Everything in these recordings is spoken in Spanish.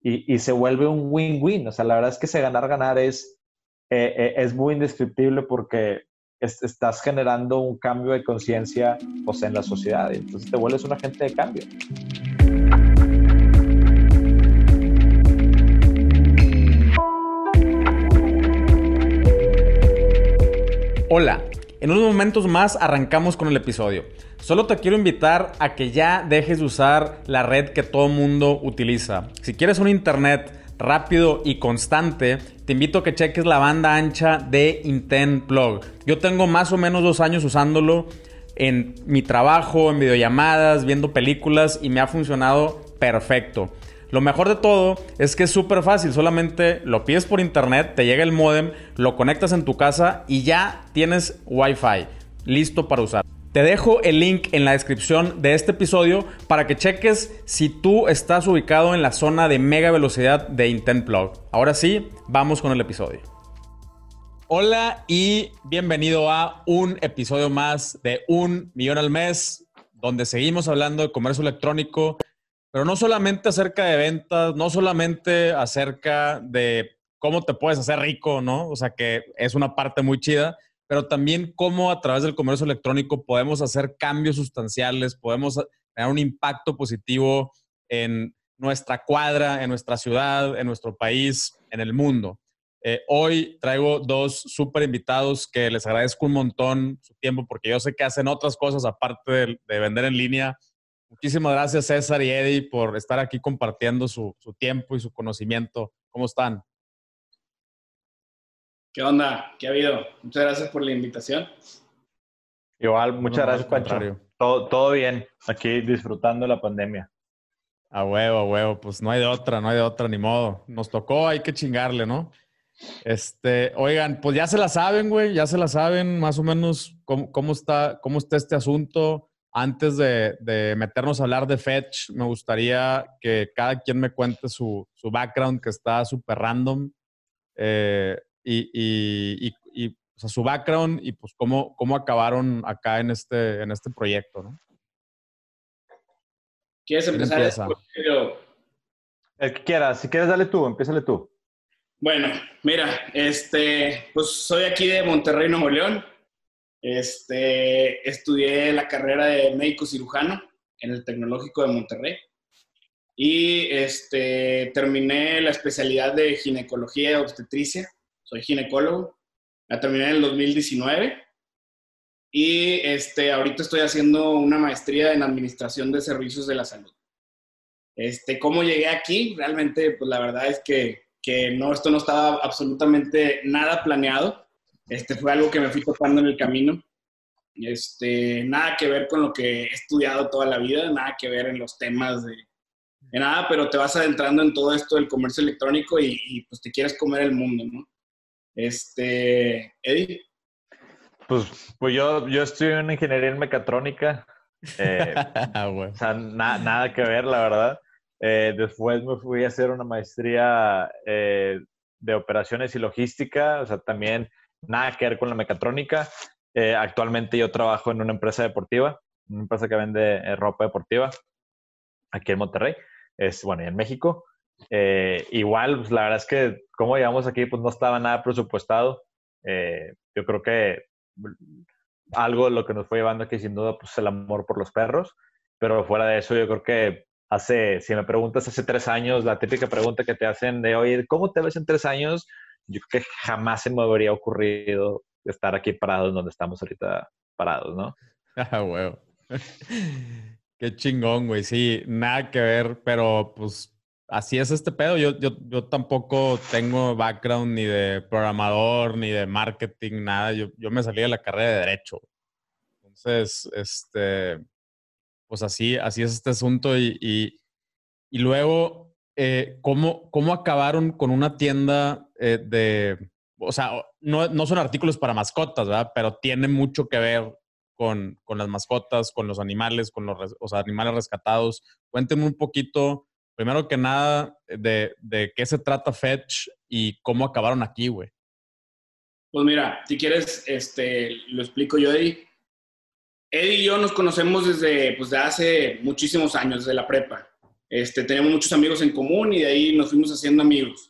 y se vuelve un win-win. O sea, la verdad es que ese ganar-ganar es muy indescriptible porque estás generando un cambio de conciencia, pues, en la sociedad, y entonces te vuelves un agente de cambio. Hola, en unos momentos más arrancamos con el episodio. Solo te quiero invitar a que ya dejes de usar la red que todo mundo utiliza. Si quieres un internet rápido y constante, te invito a que cheques la banda ancha de IntentPlug. Yo tengo más o menos 2 años usándolo en mi trabajo, en videollamadas, viendo películas, y me ha funcionado perfecto. Lo mejor de todo es que es súper fácil. Solamente lo pides por internet, te llega el módem, lo conectas en tu casa y ya tienes Wi-Fi listo para usar. Te dejo el link en la descripción de este episodio para que cheques si tú estás ubicado en la zona de mega velocidad de IntentPlug. Ahora sí, vamos con el episodio. Hola y bienvenido a un episodio más de 1 millón al mes, donde seguimos hablando de comercio electrónico, pero no solamente acerca de ventas, no solamente acerca de cómo te puedes hacer rico, ¿no? O sea, que es una parte muy chida, pero también cómo a través del comercio electrónico podemos hacer cambios sustanciales, podemos tener un impacto positivo en nuestra cuadra, en nuestra ciudad, en nuestro país, en el mundo. Hoy traigo 2 súper invitados que les agradezco un montón su tiempo, porque yo sé que hacen otras cosas aparte de vender en línea. Muchísimas gracias, César y Eddie, por estar aquí compartiendo su tiempo y su conocimiento. ¿Cómo están? ¿Qué onda? ¿Qué ha habido? Muchas gracias por la invitación. Igual, muchas No, gracias, Pancho. Todo bien, aquí disfrutando la pandemia. A huevo, pues no hay de otra, ni modo. Nos tocó, hay que chingarle, ¿no? Oigan, pues ya se la saben, güey, ya se la saben más o menos cómo está este asunto. Antes de meternos a hablar de Fetch, me gustaría que cada quien me cuente su background, que está súper random, o sea, su background y pues cómo acabaron acá en este proyecto, ¿no? ¿Quieres ¿Quién empezar? empieza? El que quieras, si quieres dale tú, empiézale tú. Bueno, mira, pues soy aquí de Monterrey, Nuevo León. Estudié la carrera de médico cirujano en el Tecnológico de Monterrey y terminé la especialidad de ginecología y obstetricia. Soy ginecólogo. La terminé en el 2019 y ahorita estoy haciendo una maestría en administración de servicios de la salud. ¿Cómo llegué aquí? Realmente, pues la verdad es que no, esto no estaba absolutamente nada planeado. Fue algo que me fui topando en el camino. Nada que ver con lo que he estudiado toda la vida, nada que ver en los temas de nada, pero te vas adentrando en todo esto del comercio electrónico y pues te quieres comer el mundo, ¿no? Eddie. Pues yo estudié en ingeniería en mecatrónica. Bueno. O sea, nada que ver, la verdad. Después me fui a hacer una maestría de operaciones y logística. O sea, también nada que ver con la mecatrónica. Actualmente yo trabajo en una empresa deportiva, una empresa que vende ropa deportiva aquí en Monterrey. Bueno, y en México. Igual, pues la verdad es que como llegamos aquí, pues no estaba nada presupuestado. Yo creo que algo de lo que nos fue llevando aquí, sin duda, pues el amor por los perros. Pero fuera de eso, yo creo que si me preguntas hace 3 años, la típica pregunta que te hacen de, oye, ¿cómo te ves en 3 años? Yo creo que jamás se me habría ocurrido estar aquí parados donde estamos ahorita parados, ¿no? Ah, huevo. Qué chingón, güey. Sí, nada que ver, pero pues así es este pedo. Yo tampoco tengo background ni de programador, ni de marketing, nada. Yo me salí de la carrera de Derecho. Entonces, pues así es este asunto. Y luego, ¿cómo acabaron con una tienda o sea, no son artículos para mascotas, ¿verdad? Pero tiene mucho que ver con las mascotas, con los animales, o sea, animales rescatados. Cuéntenme un poquito, primero que nada, de qué se trata Fetch y cómo acabaron aquí, güey. Pues mira, si quieres, lo explico yo, Eddie. Eddie y yo nos conocemos desde hace muchísimos años, desde la prepa. Teníamos muchos amigos en común y de ahí nos fuimos haciendo amigos.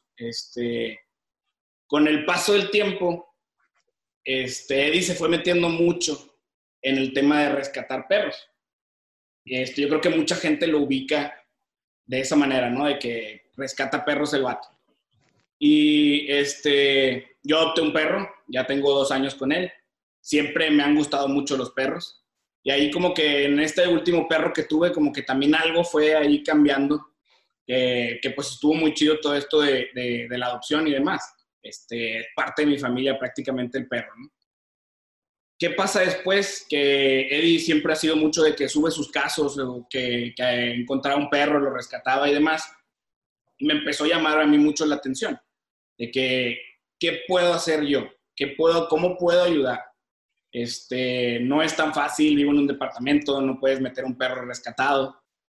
Con el paso del tiempo, Eddie se fue metiendo mucho en el tema de rescatar perros. Yo creo que mucha gente lo ubica de esa manera, ¿no? De que rescata perros el vato. Y yo adopté un perro, ya tengo 2 años con él. Siempre me han gustado mucho los perros. Y ahí como que en este último perro que tuve, como que también algo fue ahí cambiando. Que pues estuvo muy chido todo esto de la adopción y demás. Parte de mi familia prácticamente el perro, ¿no? ¿Qué pasa después? Que Eddie siempre ha sido mucho de que sube sus casos, o que encontraba un perro, lo rescataba y demás. Y me empezó a llamar a mí mucho la atención. De que, ¿qué puedo hacer yo? ¿Cómo puedo ayudar? No es tan fácil, vivo en un departamento, no puedes meter un perro rescatado.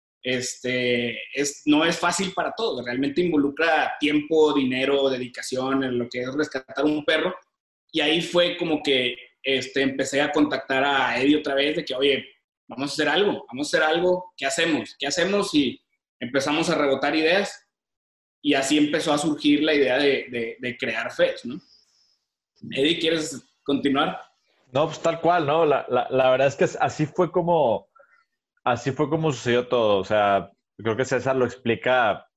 No es fácil para todos, realmente involucra tiempo, dinero, dedicación en lo que es rescatar un perro. Y ahí fue como que empecé a contactar a Eddie otra vez de que, oye, vamos a hacer algo, ¿qué hacemos? ¿Qué hacemos? Y empezamos a rebotar ideas y así empezó a surgir la idea de crear Fetch, ¿no? Eddie, ¿quieres continuar? No, pues tal cual, ¿no? La verdad es que así fue como sucedió todo. O sea, creo que César lo explica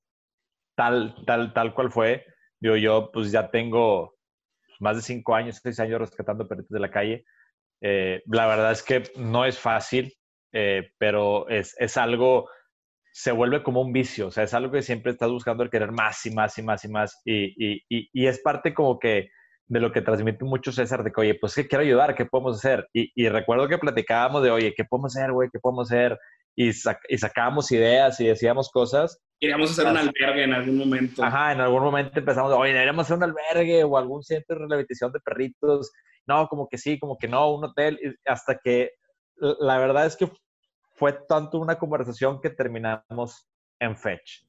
tal cual fue. Yo pues ya tengo más de 5 años, 6 años rescatando perritos de la calle. La verdad es que no es fácil, pero es algo, se vuelve como un vicio. O sea, es algo que siempre estás buscando el querer más y más y más y más. Y es parte como que de lo que transmite mucho César, de que, oye, pues que quiero ayudar, ¿qué podemos hacer? Y recuerdo que platicábamos de, oye, ¿qué podemos hacer, güey? ¿Qué podemos hacer? Y sacábamos ideas y decíamos cosas. Queríamos hacer un albergue en algún momento. Ajá, en algún momento empezamos, oye, deberíamos hacer un albergue o algún centro de rehabilitación de perritos. No, como que sí, como que no, un hotel. Hasta que la verdad es que fue tanto una conversación que terminamos en Fetch.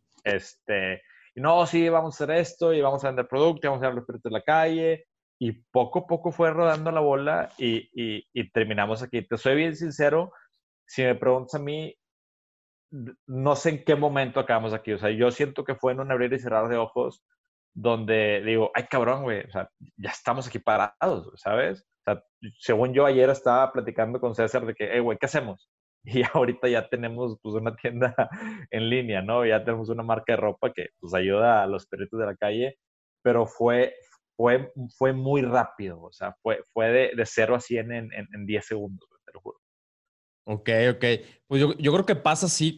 Y no, sí, vamos a hacer esto y vamos a vender producto y vamos a ver los perritos de la calle. Y poco a poco fue rodando la bola y terminamos aquí. Te soy bien sincero, si me preguntas a mí, no sé en qué momento acabamos aquí. O sea, yo siento que fue en un abrir y cerrar de ojos donde digo, ay cabrón, güey, o sea, ya estamos aquí parados, ¿sabes? O sea, según yo ayer estaba platicando con César de que, hey, güey, ¿qué hacemos? Y ahorita ya tenemos pues una tienda en línea, ¿no? Ya tenemos una marca de ropa que pues ayuda a los perritos de la calle, pero fue muy rápido, o sea, fue de 0 a 100 en 10 segundos, te lo juro. Ok, ok. Pues yo creo que pasa así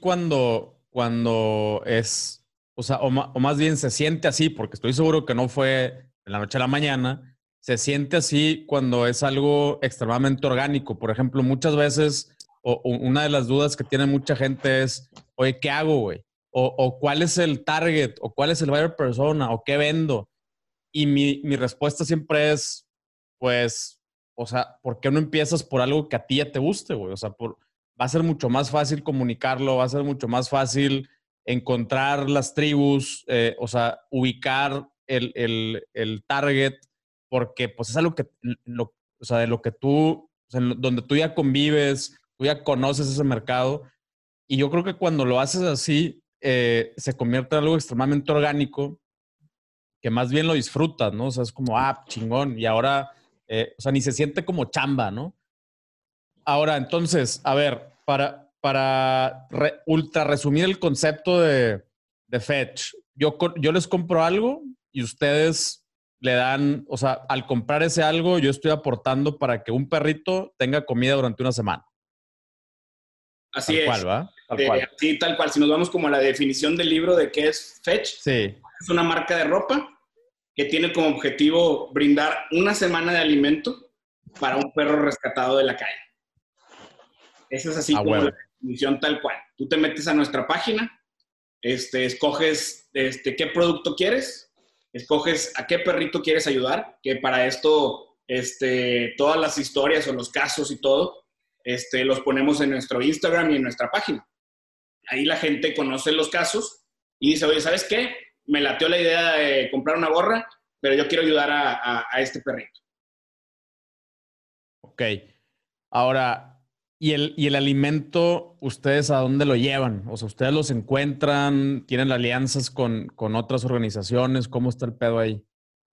cuando es, o sea, o más bien se siente así, porque estoy seguro que no fue de la noche a la mañana, se siente así cuando es algo extremadamente orgánico. Por ejemplo, muchas veces, o una de las dudas que tiene mucha gente es, oye, ¿qué hago, güey? O cuál es el target, o cuál es el buyer persona, o qué vendo. Y mi respuesta siempre es, pues, o sea, ¿por qué no empiezas por algo que a ti ya te guste, güey? O sea, va a ser mucho más fácil comunicarlo, va a ser mucho más fácil encontrar las tribus, o sea, ubicar el target, porque pues es algo que, o sea, de lo que tú, o sea, donde tú ya convives, tú ya conoces ese mercado. Y yo creo que cuando lo haces así, se convierte en algo extremadamente orgánico que más bien lo disfrutas, ¿no? O sea, es como, chingón. Y ahora, o sea, ni se siente como chamba, ¿no? Ahora, entonces, a ver, para ultra resumir el concepto de Fetch, yo les compro algo y ustedes le dan, o sea, al comprar ese algo, yo estoy aportando para que un perrito tenga comida durante una semana. Así Tal es. cual, ¿va? Tal cual. Sí, tal cual. Si nos vamos como a la definición del libro de qué es Fetch, Sí. es una marca de ropa que tiene como objetivo brindar una semana de alimento para un perro rescatado de la calle. Esa es así como la definición tal cual. Tú te metes a nuestra página, escoges qué producto quieres, escoges a qué perrito quieres ayudar, que para esto todas las historias o los casos y todo, los ponemos en nuestro Instagram y en nuestra página. Ahí la gente conoce los casos y dice, oye, ¿sabes qué? Me lateó la idea de comprar una gorra, pero yo quiero ayudar a este perrito. Ok. Ahora, y el alimento, ¿ustedes a dónde lo llevan? O sea, ¿ustedes los encuentran? ¿Tienen alianzas con otras organizaciones? ¿Cómo está el pedo ahí?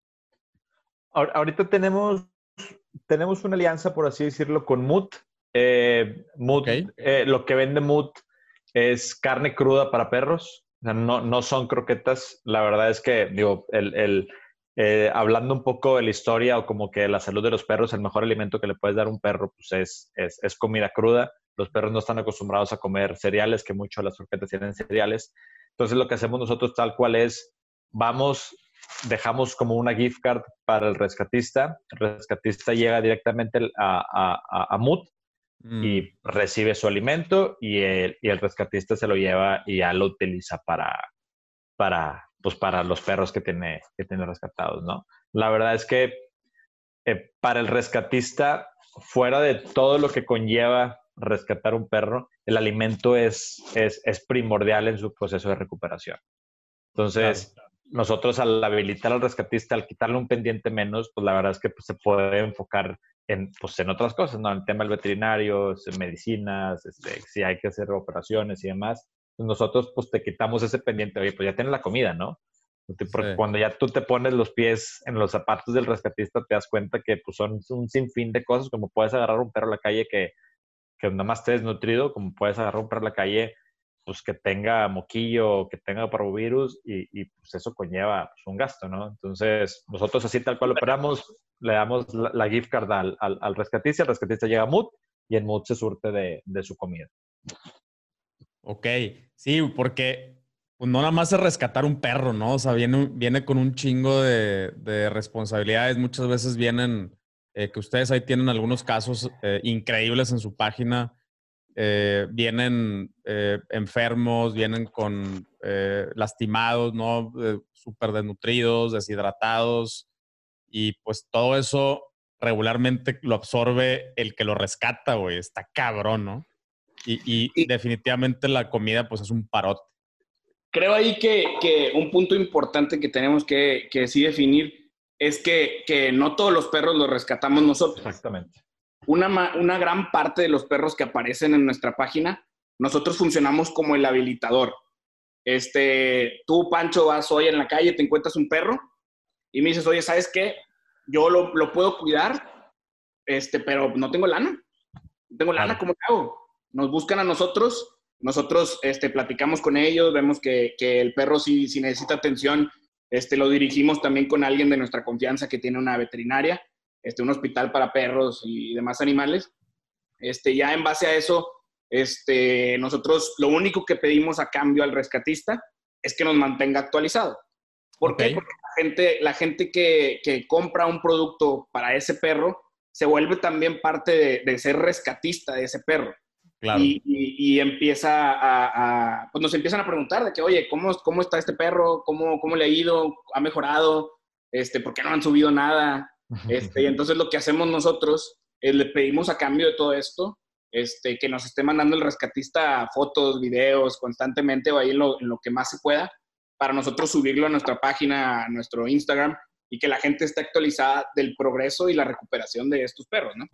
Ahorita tenemos una alianza, por así decirlo, con Moot. Ok. Lo que vende Moot es carne cruda para perros. O sea, no son croquetas. La verdad es que, digo, hablando un poco de la historia o como que la salud de los perros, el mejor alimento que le puedes dar a un perro pues es comida cruda. Los perros no están acostumbrados a comer cereales, que muchas de las croquetas tienen cereales. Entonces, lo que hacemos nosotros tal cual es, vamos, dejamos como una gift card para el rescatista. El rescatista llega directamente a Mood Mm, y recibe su alimento y el rescatista se lo lleva y ya lo utiliza pues para los perros que tiene rescatados, ¿no? La verdad es que para el rescatista, fuera de todo lo que conlleva rescatar un perro, el alimento es primordial en su proceso de recuperación. claro. Entonces, nosotros al habilitar al rescatista, al quitarle un pendiente menos, pues la verdad es que pues, se puede enfocar en otras cosas, ¿no? En el tema del veterinario, en medicinas, si hay que hacer operaciones y demás. Pues nosotros pues te quitamos ese pendiente, oye, pues ya tienes la comida, ¿no? Sí. Porque cuando ya tú te pones los pies en los zapatos del rescatista, te das cuenta que pues, son un sinfín de cosas, como puedes agarrar un perro a la calle que nada más esté desnutrido, como puedes agarrar un perro a la calle pues que tenga moquillo, que tenga parvovirus y pues eso conlleva pues, un gasto, ¿no? Entonces, nosotros así tal cual operamos, le damos la gift card al rescatista, el rescatista llega a Mood y en Mood se surte de su comida. Ok, sí, porque pues, no nada más es rescatar un perro, ¿no? O sea, viene con un chingo de responsabilidades. Muchas veces vienen, que ustedes ahí tienen algunos casos increíbles en su página. Vienen enfermos, vienen con lastimados, ¿no? Súper desnutridos, deshidratados. Y pues todo eso regularmente lo absorbe el que lo rescata, güey. Está cabrón, ¿no? Y Y definitivamente la comida, pues es un parote. creo ahí que un punto importante que tenemos que sí definir es que no todos los perros los rescatamos nosotros. Exactamente. Una gran parte de los perros que aparecen en nuestra página, nosotros funcionamos como el habilitador. Tú, Pancho, vas hoy en la calle, te encuentras un perro y me dices, oye, ¿sabes qué? Yo lo puedo cuidar, pero no tengo lana. No tengo lana, Claro. ¿cómo lo hago? Nos buscan a nosotros platicamos con ellos, vemos que el perro si necesita atención, lo dirigimos también con alguien de nuestra confianza que tiene una veterinaria, un hospital para perros y demás animales. Ya en base a eso, nosotros lo único que pedimos a cambio al rescatista es que nos mantenga actualizado. ¿Por Ok, qué? Porque la gente que compra un producto para ese perro se vuelve también parte de ser rescatista de ese perro. claro. Y empieza pues nos empiezan a preguntar de que, oye, ¿cómo está este perro? ¿Cómo le ha ido? ¿Ha mejorado? ¿Por qué no han subido nada? Y entonces lo que hacemos nosotros es le pedimos a cambio de todo esto, que nos esté mandando el rescatista fotos, videos constantemente o ahí en lo que más se pueda para nosotros subirlo a nuestra página, a nuestro Instagram y que la gente esté actualizada del progreso y la recuperación de estos perros, ¿no?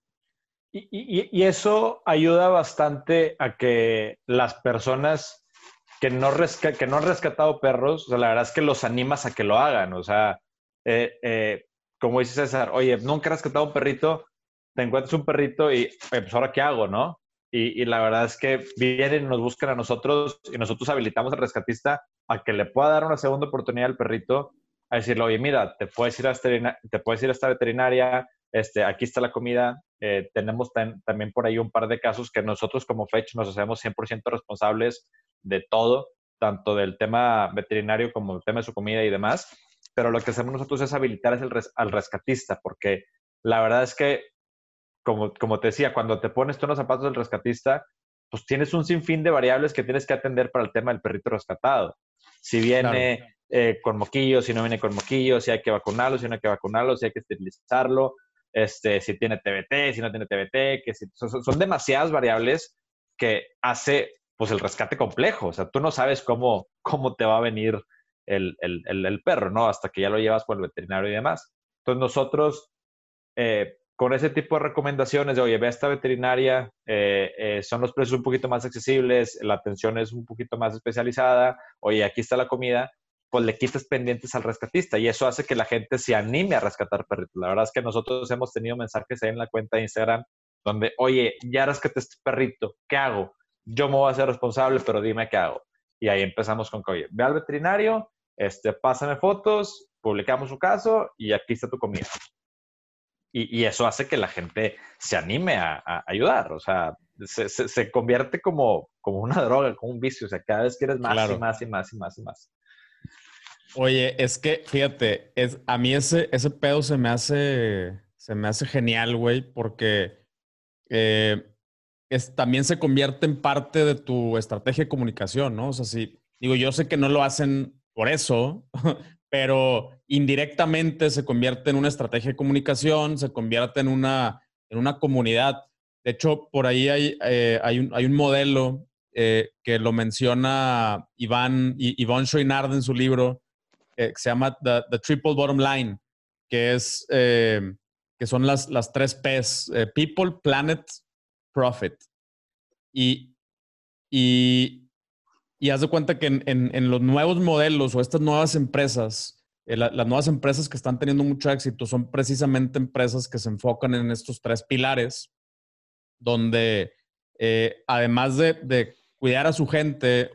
Y eso ayuda bastante a que las personas que no han rescatado perros, o sea, la verdad es que los animas a que lo hagan. O sea, como dice César, oye, nunca he rescatado un perrito, te encuentras un perrito y, pues ahora qué hago, ¿no? Y la verdad es que vienen y nos buscan a nosotros y nosotros habilitamos al rescatista a que le pueda dar una segunda oportunidad al perrito, a decirle, oye, mira, te puedes ir a esta veterinaria, aquí está la comida. Tenemos también por ahí un par de casos que nosotros como Fetch nos hacemos 100% responsables de todo, tanto del tema veterinario como del tema de su comida y demás. Pero lo que hacemos nosotros es habilitar al rescatista, porque la verdad es que, como te decía, cuando te pones tú en los zapatos del rescatista, pues tienes un sinfín de variables que tienes que atender para el tema del perrito rescatado. Si Claro. viene con moquillos, si no viene con moquillos, si hay que vacunarlo, si no hay que vacunarlo, si hay que esterilizarlo, si tiene TBT, si no tiene TBT, son demasiadas variables que hace pues el rescate complejo. O sea, tú no sabes cómo te va a venir el perro, ¿no? Hasta que ya lo llevas por el veterinario y demás. Entonces nosotros con ese tipo de recomendaciones de, oye, ve a esta veterinaria, son los precios un poquito más accesibles, la atención es un poquito más especializada, oye, aquí está la comida, pues le quitas pendientes al rescatista y eso hace que la gente se anime a rescatar perritos. La verdad es que nosotros hemos tenido mensajes ahí en la cuenta de Instagram donde, oye, ya rescaté este perrito, ¿qué hago? Yo me voy a hacer responsable, pero dime qué hago. Y ahí empezamos con que, oye, ve al veterinario, pásame fotos, publicamos su caso y aquí está tu comida. Y eso hace que la gente se anime a ayudar. O sea, se convierte como una droga, como un vicio. O sea, cada vez quieres más y Claro. más y más y más y más. Oye, es que, fíjate, a mí ese pedo se me hace genial, güey, porque eh, también se convierte en parte de tu estrategia de comunicación, ¿no? O sea, si, digo, yo sé que no lo hacen por eso, pero indirectamente se convierte en una estrategia de comunicación, se convierte en una comunidad. De hecho, por ahí hay un modelo que lo menciona Yvon Chouinard en su libro, que se llama The Triple Bottom Line, que es que son las tres P's, People, Planet, Profit. Y, y, y haz de cuenta que en los nuevos modelos o estas nuevas empresas, las nuevas empresas que están teniendo mucho éxito son precisamente empresas que se enfocan en estos tres pilares, donde además de cuidar a su gente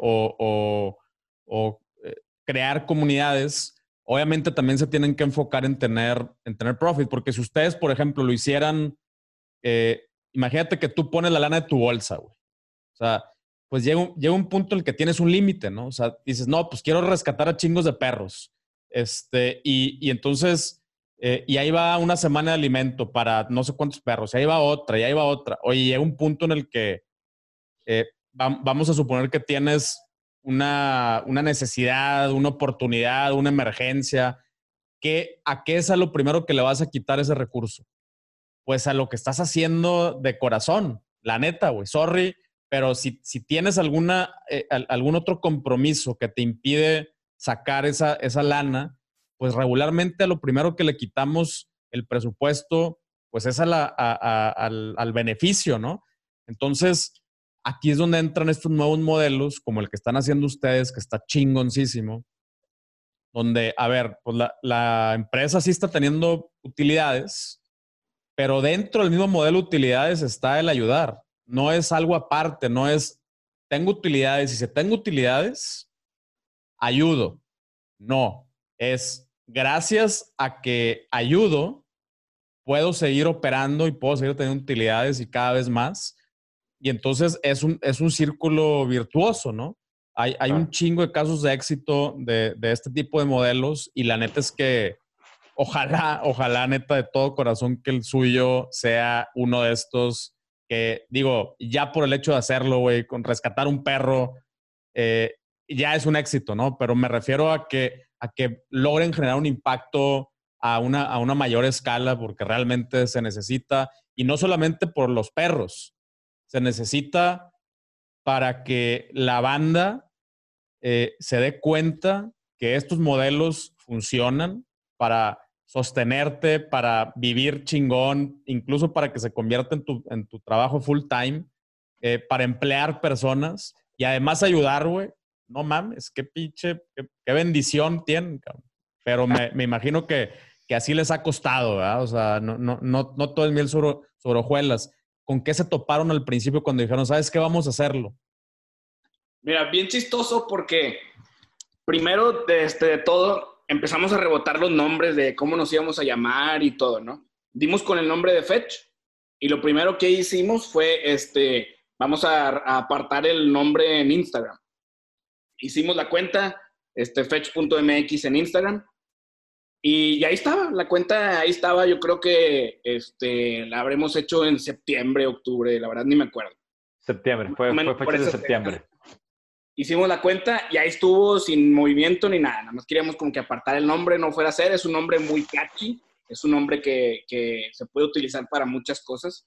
o crear comunidades, obviamente también se tienen que enfocar en tener profit, porque si ustedes, por ejemplo, lo hicieran, imagínate que tú pones la lana de tu bolsa, güey. O sea, pues llega un punto en el que tienes un límite, ¿no? O sea, dices, no, pues quiero rescatar a chingos de perros. Y entonces, y ahí va una semana de alimento para no sé cuántos perros, y ahí va otra, y ahí va otra. Oye, llega un punto en el que vamos a suponer que tienes una necesidad, una oportunidad, una emergencia. ¿A qué es a lo primero que le vas a quitar ese recurso? Pues a lo que estás haciendo de corazón. La neta, güey, sorry, pero si tienes algún otro compromiso que te impide sacar esa lana, pues regularmente a lo primero que le quitamos el presupuesto, pues es al beneficio, ¿no? Entonces, aquí es donde entran estos nuevos modelos, como el que están haciendo ustedes, que está chingoncísimo, donde, a ver, pues la empresa sí está teniendo utilidades, pero dentro del mismo modelo de utilidades está el ayudar. No es algo aparte, no es tengo utilidades y si tengo utilidades, ayudo. No, es gracias a que ayudo, puedo seguir operando y puedo seguir teniendo utilidades y cada vez más. Y entonces es un círculo virtuoso, ¿no? Hay un Claro. chingo de casos de éxito de este tipo de modelos y la neta es que ojalá, neta, de todo corazón que el suyo sea uno de estos que, digo, ya por el hecho de hacerlo, güey, con rescatar un perro, eh, ya es un éxito, ¿no? Pero me refiero a que logren generar un impacto a una mayor escala porque realmente se necesita, y no solamente por los perros, se necesita para que la banda se dé cuenta que estos modelos funcionan para sostenerte, para vivir chingón, incluso para que se convierta en tu trabajo full time, para emplear personas y además ayudar, güey. No mames, qué pinche, qué bendición tienen, cabrón. Pero me imagino que así les ha costado, ¿verdad? O sea, no todo es miel sobre hojuelas. ¿Con qué se toparon al principio cuando dijeron, sabes qué, vamos a hacerlo? Mira, bien chistoso porque primero de todo empezamos a rebotar los nombres de cómo nos íbamos a llamar y todo, ¿no? Dimos con el nombre de Fetch y lo primero que hicimos fue, vamos a apartar el nombre en Instagram. Hicimos la cuenta, fetch.mx en Instagram y ahí estaba, la cuenta ahí estaba, yo creo que la habremos hecho en septiembre, octubre, la verdad ni me acuerdo. Septiembre, Más o menos fue por fecha de esas fechas. septiembre. Hicimos la cuenta y ahí estuvo sin movimiento ni nada. Nada más queríamos como que apartar el nombre, no fuera a ser. Es un nombre muy catchy. Es un nombre que se puede utilizar para muchas cosas.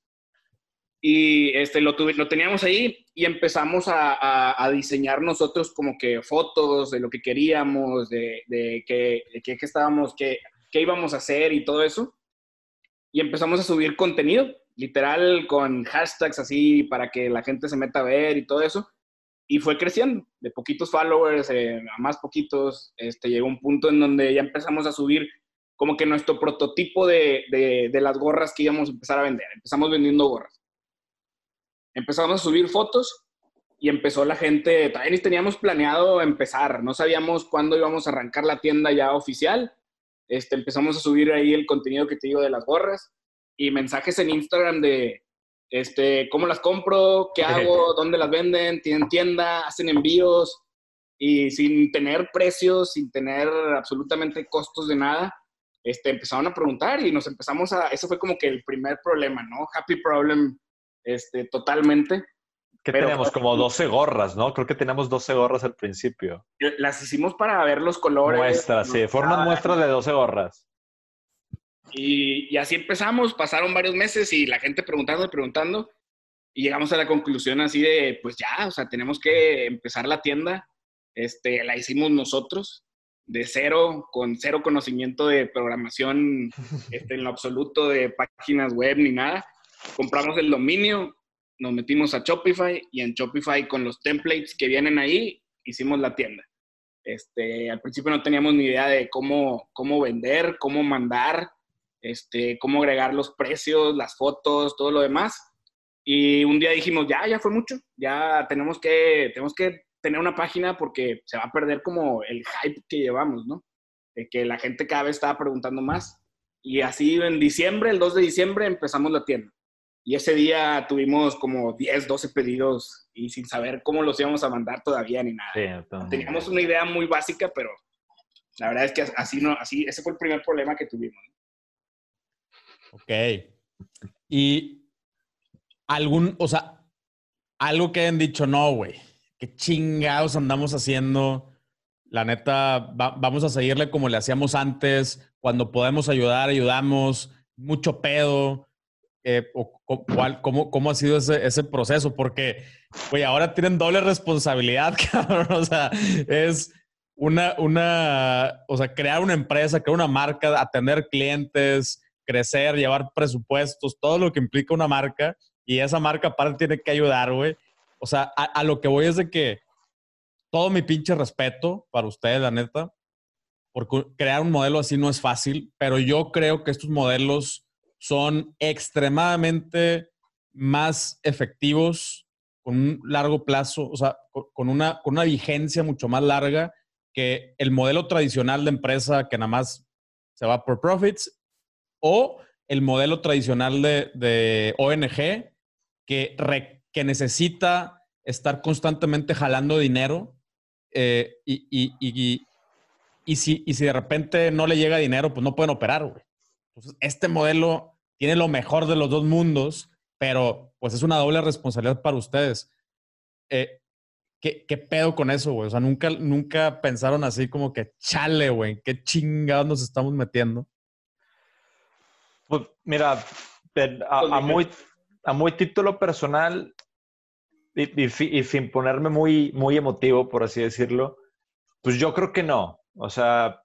Y lo teníamos ahí y empezamos a diseñar nosotros como que fotos de lo que queríamos, de qué estábamos, qué íbamos a hacer y todo eso. y empezamos a subir contenido, literal con hashtags así para que la gente se meta a ver y todo eso. Y fue creciendo, de poquitos followers a más poquitos. Llegó un punto en donde ya empezamos a subir como que nuestro prototipo de las gorras que íbamos a empezar a vender. Empezamos vendiendo gorras. Empezamos a subir fotos y empezó la gente, todavía ni teníamos planeado empezar, no sabíamos cuándo íbamos a arrancar la tienda ya oficial. Empezamos a subir ahí el contenido que te digo de las gorras y mensajes en Instagram de cómo las compro, qué hago, dónde las venden, tienen tienda, hacen envíos y sin tener precios, sin tener absolutamente costos de nada, empezaron a preguntar y nos empezamos eso fue como que el primer problema, ¿no? Happy problem, totalmente. Que teníamos como 12 gorras, ¿no? Creo que teníamos 12 gorras al principio. Las hicimos para ver los colores. Muestras, sí. Fueron unas muestras de 12 gorras. Y así empezamos, pasaron varios meses y la gente preguntando y llegamos a la conclusión así de, pues ya, o sea, tenemos que empezar la tienda. La hicimos nosotros, de cero, con cero conocimiento de programación en lo absoluto, de páginas web ni nada. Compramos el dominio, nos metimos a Shopify y en Shopify con los templates que vienen ahí, hicimos la tienda. Al principio no teníamos ni idea de cómo vender, cómo mandar, cómo agregar los precios, las fotos, todo lo demás. Y un día dijimos, ya fue mucho, ya tenemos que tener una página porque se va a perder como el hype que llevamos, ¿no? De que la gente cada vez estaba preguntando más. Y así en diciembre, el 2 de diciembre, empezamos la tienda. Y ese día tuvimos como 10, 12 pedidos y sin saber cómo los íbamos a mandar todavía ni nada. Sí, teníamos una idea muy básica, pero la verdad es que así, ese fue el primer problema que tuvimos. Ok. Y algo que hayan dicho, no, güey, qué chingados andamos haciendo. La neta, vamos a seguirle como le hacíamos antes. Cuando podemos ayudar, ayudamos. Mucho pedo. ¿Cómo ha sido ese proceso? Porque, güey, ahora tienen doble responsabilidad, cabrón. O sea, es o sea, crear una empresa, crear una marca, atender clientes, crecer, llevar presupuestos, todo lo que implica una marca. Y esa marca aparte tiene que ayudar, güey. O sea, a lo que voy es de que todo mi pinche respeto para ustedes, la neta, porque crear un modelo así no es fácil, pero yo creo que estos modelos son extremadamente más efectivos con un largo plazo, o sea, con una vigencia mucho más larga que el modelo tradicional de empresa que nada más se va por profits o el modelo tradicional de ONG que necesita estar constantemente jalando dinero y si de repente no le llega dinero, pues no pueden operar, güey. Entonces, este modelo tiene lo mejor de los dos mundos, pero pues es una doble responsabilidad para ustedes. ¿Qué pedo con eso, güey? O sea, nunca pensaron así como que, chale, güey, qué chingados nos estamos metiendo. Pues mira, a muy título personal y sin ponerme muy, muy emotivo, por así decirlo, pues yo creo que no. O sea,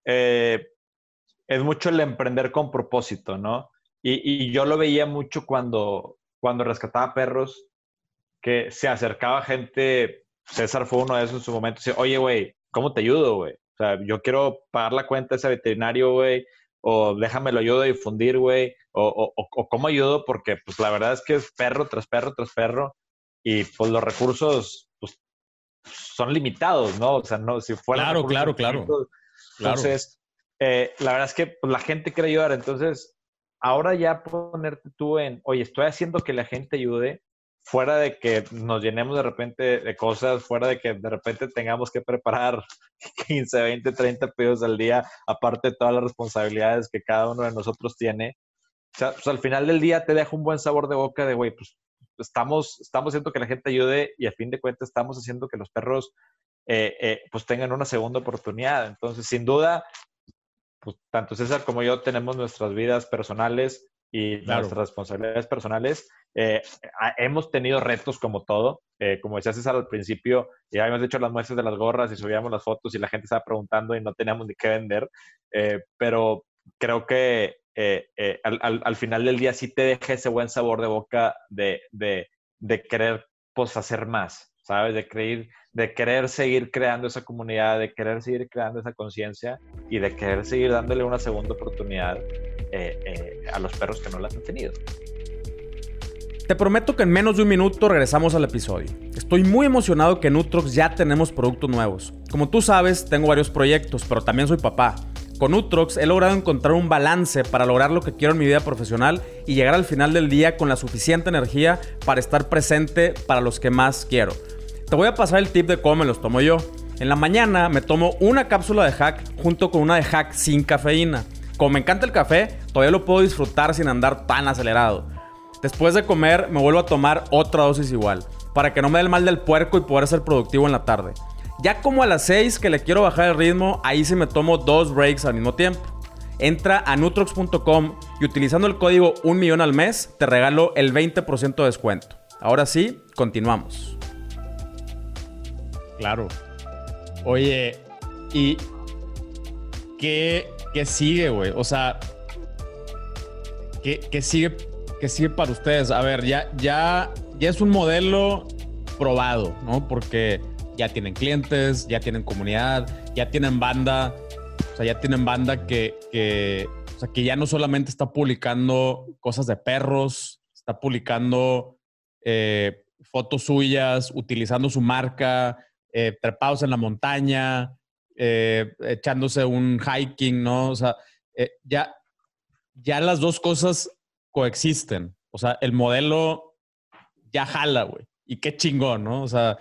es mucho el emprender con propósito, ¿no? Y yo lo veía mucho cuando rescataba perros, que se acercaba gente, César fue uno de esos en su momento, y dice, oye, güey, ¿cómo te ayudo, güey? O sea, yo quiero pagar la cuenta de ese veterinario, güey, o déjame lo ayudo a difundir, güey, o cómo ayudo, porque pues la verdad es que es perro tras perro tras perro, y pues los recursos pues, son limitados, ¿no? O sea, no, si fuera claro. Entonces, la verdad es que pues, la gente quiere ayudar. Entonces, ahora ya ponerte tú oye, estoy haciendo que la gente ayude, fuera de que nos llenemos de repente de cosas, fuera de que de repente tengamos que preparar 15, 20, 30 pedidos al día, aparte de todas las responsabilidades que cada uno de nosotros tiene. O sea, pues, al final del día te deja un buen sabor de boca de, güey, pues estamos haciendo que la gente ayude y a fin de cuentas estamos haciendo que los perros pues tengan una segunda oportunidad. Entonces, sin duda, pues tanto César como yo tenemos nuestras vidas personales y nuestras responsabilidades personales. Hemos tenido retos como todo. Como decía César al principio, ya habíamos hecho las muestras de las gorras y subíamos las fotos y la gente estaba preguntando y no teníamos ni qué vender. Pero creo que al final del día sí te deja ese buen sabor de boca de querer, pues, hacer más, ¿sabes? De querer seguir creando esa comunidad, de querer seguir creando esa conciencia y de querer seguir dándole una segunda oportunidad a los perros que no la han tenido. Te prometo que en menos de un minuto regresamos al episodio. Estoy muy emocionado que en Nutrox ya tenemos productos nuevos. Como tú sabes, tengo varios proyectos, pero también soy papá. Con Nutrox he logrado encontrar un balance para lograr lo que quiero en mi vida profesional y llegar al final del día con la suficiente energía para estar presente para los que más quiero. Te voy a pasar el tip de cómo me los tomo yo. En la mañana me tomo una cápsula de Hack junto con una de Hack sin cafeína. Como me encanta el café, todavía lo puedo disfrutar sin andar tan acelerado. Después de comer me vuelvo a tomar otra dosis igual, para que no me dé el mal del puerco y poder ser productivo en la tarde. Ya como a las 6 que le quiero bajar el ritmo, ahí sí me tomo 2 breaks al mismo tiempo. Entra a nutrox.com y utilizando el código 1,000,000 al mes te regalo el 20% de descuento. Ahora sí, continuamos. Claro. Oye, ¿y qué sigue, güey? O sea, ¿qué sigue para ustedes? A ver, ya es un modelo probado, ¿no? Porque ya tienen clientes, ya tienen comunidad, ya tienen banda. O sea, ya tienen banda que ya no solamente está publicando cosas de perros, está publicando fotos suyas, utilizando su marca, trepados en la montaña, echándose un hiking, ¿no? O sea, ya las dos cosas coexisten. O sea, el modelo ya jala, güey. Y qué chingón, ¿no? O sea,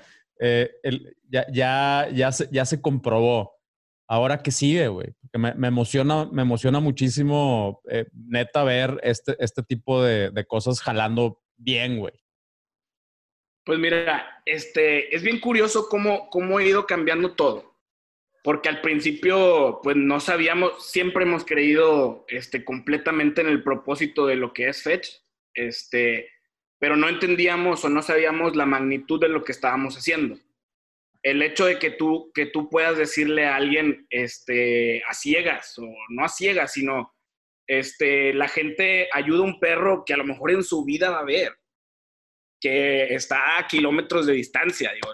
ya se comprobó. Ahora, ¿qué sigue, güey? Porque me emociona muchísimo, neta, ver este tipo de cosas jalando bien, güey. Pues mira, es bien curioso cómo ha ido cambiando todo. Porque al principio, pues no sabíamos, siempre hemos creído completamente en el propósito de lo que es Fetch, pero no entendíamos o no sabíamos la magnitud de lo que estábamos haciendo. El hecho de que tú puedas decirle a alguien a ciegas, o no a ciegas, sino la gente ayuda a un perro que a lo mejor en su vida va a ver, que está a kilómetros de distancia. Digo,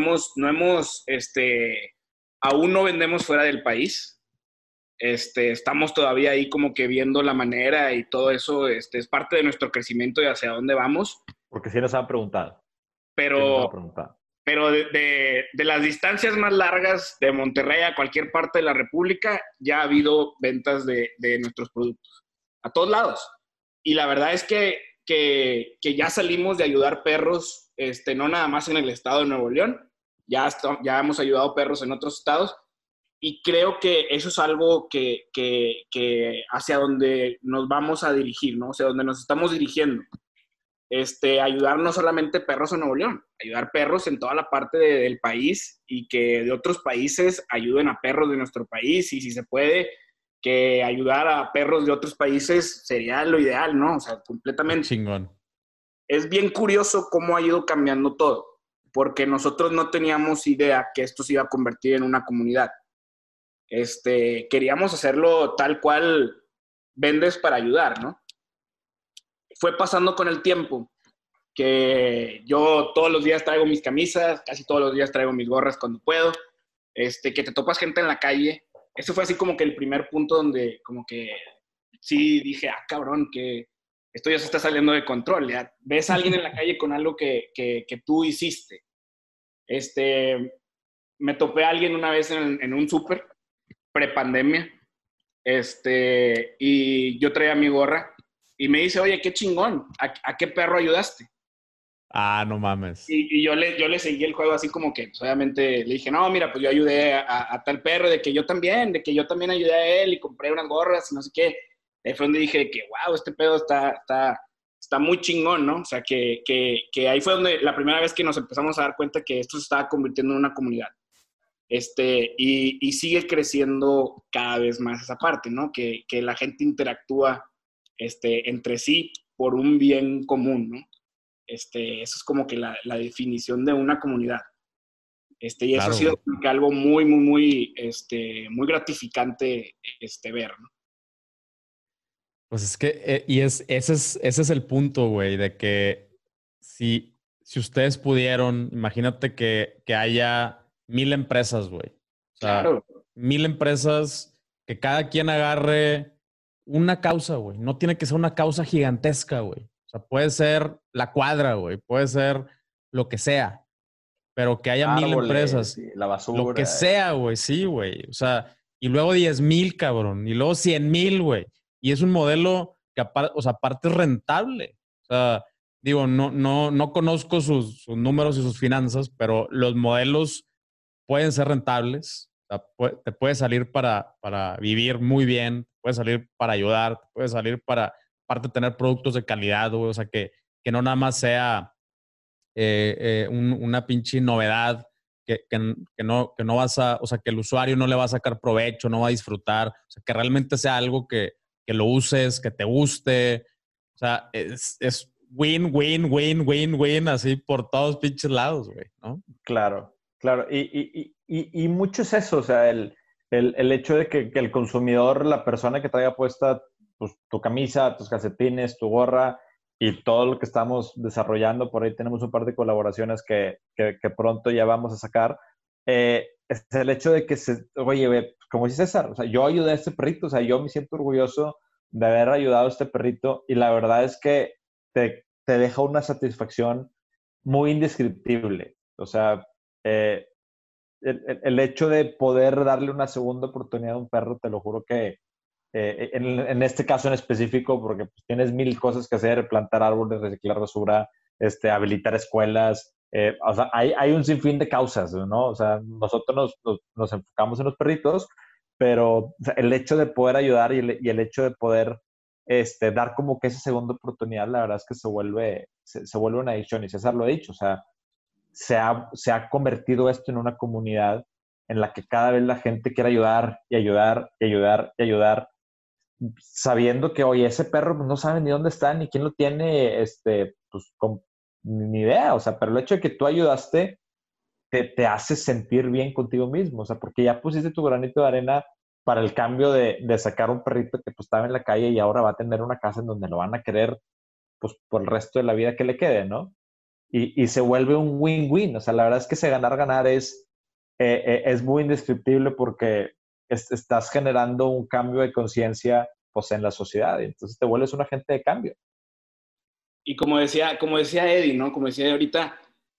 aún no vendemos fuera del país. Estamos todavía ahí como que viendo la manera y todo eso. Es parte de nuestro crecimiento y hacia dónde vamos. Porque sí nos han preguntado. Pero de las distancias más largas de Monterrey a cualquier parte de la República, ya ha habido ventas de nuestros productos. A todos lados. Y la verdad es que ya salimos de ayudar perros, no nada más en el estado de Nuevo León. Ya hemos ayudado perros en otros estados y creo que eso es algo que hacia donde nos vamos a dirigir, ¿no? O sea, donde nos estamos dirigiendo. Ayudar no solamente perros en Nuevo León, ayudar perros en toda la parte del país y que de otros países ayuden a perros de nuestro país y si se puede, que ayudar a perros de otros países sería lo ideal, ¿no? O sea, completamente. Chingón. Es bien curioso cómo ha ido cambiando todo. Porque nosotros no teníamos idea que esto se iba a convertir en una comunidad. Queríamos hacerlo tal cual vendes para ayudar, ¿no? Fue pasando con el tiempo que yo todos los días traigo mis camisas, casi todos los días traigo mis gorras cuando puedo, que te topas gente en la calle. Eso fue así como que el primer punto donde como que sí dije, cabrón, que esto ya se está saliendo de control. Ya ves a alguien en la calle con algo que tú hiciste. Me topé a alguien una vez en un súper, prepandemia, y yo traía mi gorra, y me dice, oye, qué chingón, ¿a qué perro ayudaste? Ah, no mames. Y yo le seguí el juego así como que, pues, obviamente, le dije, no, mira, pues yo ayudé a tal perro, de que yo también ayudé a él, y compré unas gorras, y no sé qué. Ahí fue donde dije que, wow, este pedo está muy chingón, ¿no? O sea, que ahí fue donde la primera vez que nos empezamos a dar cuenta que esto se estaba convirtiendo en una comunidad. Y sigue creciendo cada vez más esa parte, ¿no? Que la gente interactúa entre sí por un bien común, ¿no? Eso es como que la definición de una comunidad. Y eso Claro, ha sido algo muy, muy, muy, muy gratificante ver, ¿no? Pues es que, ese es el punto, güey, de que si ustedes pudieron, imagínate que haya 1000 empresas, güey. O sea, Claro, 1000 empresas que cada quien agarre una causa, güey. No tiene que ser una causa gigantesca, güey. O sea, puede ser la cuadra, güey. Puede ser lo que sea, pero que haya 1000 empresas, Árboles y la lo que basura. sea, güey, sí, güey. O sea, y luego 10,000, cabrón, y luego 100,000, güey. Y es un modelo que o sea, aparte es rentable. O sea, digo, no conozco sus números y sus finanzas, pero los modelos pueden ser rentables. O sea, te puede salir para vivir muy bien, puede salir para ayudar, puede salir para, aparte, tener productos de calidad, güey. O sea, que no nada más sea una pinche novedad que no vas a, o sea, que el usuario no le va a sacar provecho, no va a disfrutar, o sea, que realmente sea algo que lo uses, que te guste, o sea, es win, win, win, win, win, así por todos pinches lados, güey, ¿no? Claro, claro. Y mucho es eso, o sea, el hecho de que el consumidor, la persona que traiga puesta pues, tu camisa, tus calcetines, tu gorra y todo lo que estamos desarrollando, por ahí tenemos un par de colaboraciones que pronto ya vamos a sacar, es el hecho de que, oye, ve, como dice César, o sea, yo ayudé a este perrito, o sea, yo me siento orgulloso de haber ayudado a este perrito y la verdad es que te deja una satisfacción muy indescriptible. O sea, eh, el hecho de poder darle una segunda oportunidad a un perro, te lo juro que en este caso en específico, porque pues, tienes mil cosas que hacer, plantar árboles, reciclar basura, habilitar escuelas, o sea, hay un sinfín de causas, ¿no? O sea, nosotros nos enfocamos en los perritos, pero o sea, el hecho de poder ayudar y el hecho de poder dar como que esa segunda oportunidad, la verdad es que se vuelve una adicción, y César lo ha dicho, o sea, se ha convertido esto en una comunidad en la que cada vez la gente quiere ayudar y ayudar y ayudar y ayudar, sabiendo que, oye, ese perro pues, no sabe ni dónde está, ni quién lo tiene, pues, ni idea, o sea, pero el hecho de que tú ayudaste te hace sentir bien contigo mismo, o sea, porque ya pusiste tu granito de arena para el cambio de sacar un perrito que pues estaba en la calle y ahora va a tener una casa en donde lo van a querer pues por el resto de la vida que le quede, ¿no? Y se vuelve un win-win. O sea, la verdad es que ese ganar-ganar es muy indescriptible porque estás generando un cambio de conciencia pues, en la sociedad y entonces te vuelves un agente de cambio. y como decía Eddie, ¿no? Como decía ahorita,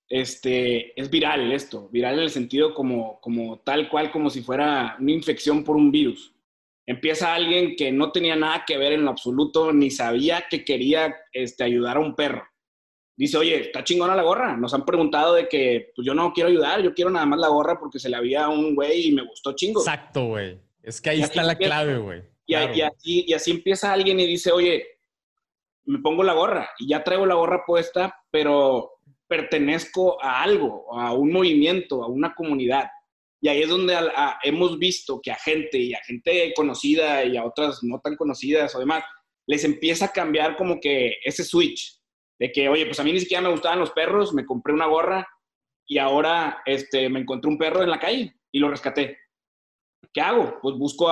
es viral esto, viral en el sentido como tal cual, como si fuera una infección por un virus. Empieza alguien que no tenía nada que ver en lo absoluto, ni sabía que quería ayudar a un perro. Dice, oye, está chingona la gorra. Nos han preguntado de que, pues yo no quiero ayudar, yo quiero nada más la gorra porque se la había a un güey y me gustó chingo. Exacto, güey. Es que ahí Y así está la empieza, clave, güey. y, Claro, güey. así, y así empieza alguien y dice, oye, me pongo la gorra y ya traigo la gorra puesta, pero pertenezco a algo, a un movimiento, a una comunidad. Y ahí es donde hemos visto que a gente conocida y a otras no tan conocidas o demás, les empieza a cambiar como que ese switch de que, oye, pues a mí ni siquiera me gustaban los perros, me compré una gorra y ahora me encontré un perro en la calle y lo rescaté. ¿Qué hago? Pues busco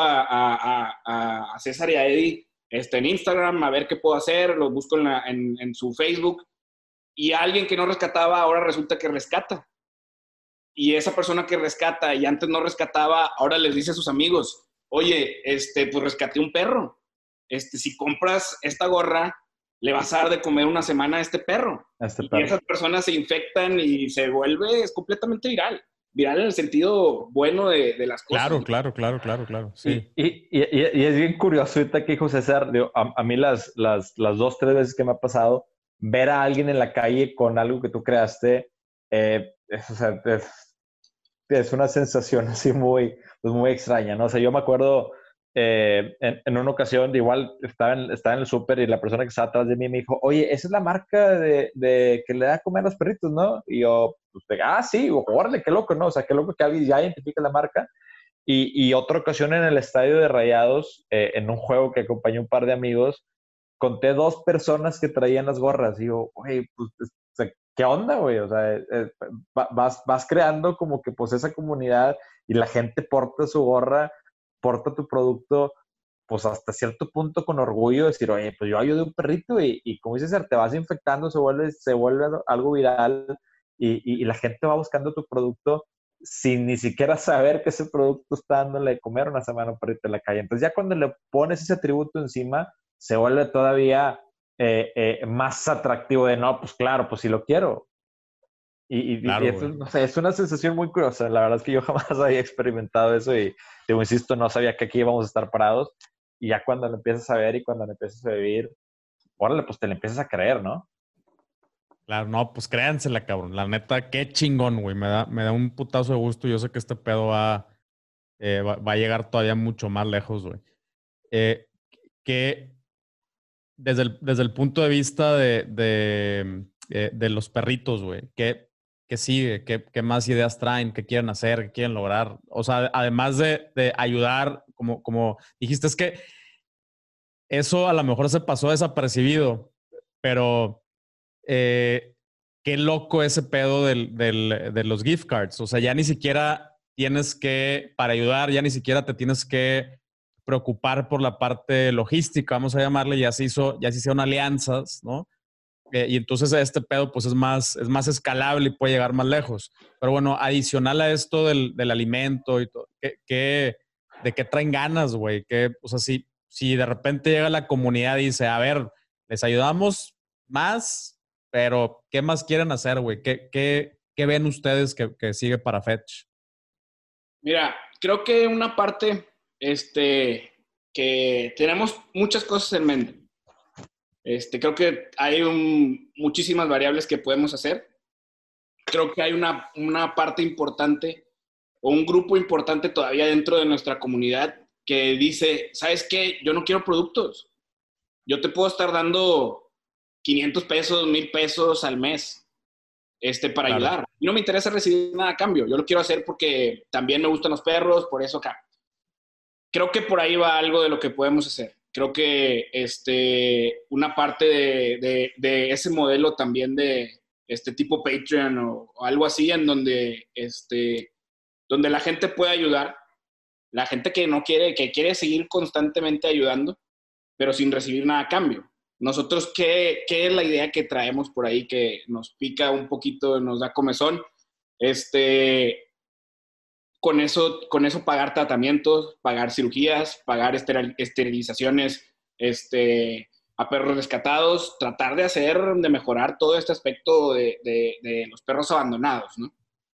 a César y a Eddie en Instagram, a ver qué puedo hacer, los busco en su Facebook, y alguien que no rescataba ahora resulta que rescata. Y esa persona que rescata y antes no rescataba, ahora les dice a sus amigos, oye, pues rescaté un perro. Si compras esta gorra, le vas a dar de comer una semana a este perro. A este Y perro. esas personas se infectan y se vuelve, es completamente viral. Viral en el sentido bueno de las cosas. Claro, claro, claro, claro, claro. Y, Sí. y es bien curioso ahorita que dijo César, digo, a mí las dos, tres veces que me ha pasado, ver a alguien en la calle con algo que tú creaste, o sea, es una sensación así muy, pues muy extraña, ¿no? O sea, yo me acuerdo en una ocasión, igual estaba en el súper y la persona que estaba atrás de mí me dijo, oye, esa es la marca de que le da a comer a los perritos, ¿no? Y yo, pues, sí, órale, qué loco, ¿no? O sea, qué loco que alguien ya identifique la marca. Y otra ocasión en el estadio de Rayados, en un juego que acompañó un par de amigos, conté dos personas que traían las gorras. Y yo, oye, pues, o sea, ¿qué onda, güey? O sea, vas creando como que pues esa comunidad y la gente porta su gorra, porta tu producto pues hasta cierto punto con orgullo decir, oye, pues yo ayudé a un perrito y como dices, te vas infectando, se vuelve algo viral y la gente va buscando tu producto sin ni siquiera saber que ese producto está dándole de comer una semana a un perrito en la calle. Entonces ya cuando le pones ese atributo encima, se vuelve todavía más atractivo de, no, pues claro, pues si lo quiero. Y Claro, eso, güey. no sé, es una sensación muy curiosa. La verdad es que yo jamás había experimentado eso y, te insisto, no sabía que aquí íbamos a estar parados. Y ya cuando lo empiezas a ver y cuando lo empiezas a vivir, órale, pues te lo empiezas a creer, ¿no? Claro, no, pues créansela, cabrón. La neta, qué chingón, güey. Me da un putazo de gusto. Yo sé que este pedo va a llegar todavía mucho más lejos, güey. Eh, que desde el punto de vista de los perritos, güey, ¿qué sigue? ¿Qué más ideas traen? ¿Qué quieren hacer? ¿Qué quieren lograr? O sea, además de ayudar, como dijiste, es que eso a lo mejor se pasó desapercibido, pero qué loco ese pedo de los gift cards. O sea, ya ni siquiera tienes que, para ayudar, ya ni siquiera te tienes que preocupar por la parte logística, vamos a llamarle, ya se hicieron alianzas, ¿no? Y entonces este pedo pues es más escalable y puede llegar más lejos. Pero bueno, adicional a esto del alimento y todo, ¿de qué traen ganas, güey? O sea, si de repente llega la comunidad y dice, a ver, les ayudamos más, pero ¿qué más quieren hacer, güey? ¿Qué ven ustedes que sigue para Fetch? Mira, creo que una parte, que tenemos muchas cosas en mente. Creo que hay muchísimas variables que podemos hacer. Creo que hay una parte importante o un grupo importante todavía dentro de nuestra comunidad que dice, ¿sabes qué? Yo no quiero productos. Yo te puedo estar dando 500 pesos, 1000 pesos al mes para Claro. ayudar. Y no me interesa recibir nada a cambio. Yo lo quiero hacer porque también me gustan los perros, por eso acá. Creo que por ahí va algo de lo que podemos hacer. Creo que una parte de ese modelo también de este tipo Patreon o algo así en donde la gente puede ayudar, la gente que no quiere, que quiere seguir constantemente ayudando, pero sin recibir nada a cambio. Nosotros, ¿qué es la idea que traemos por ahí que nos pica un poquito, nos da comezón? Con eso pagar tratamientos, pagar cirugías, pagar esterilizaciones a perros rescatados, tratar de mejorar todo este aspecto de los perros abandonados, ¿no?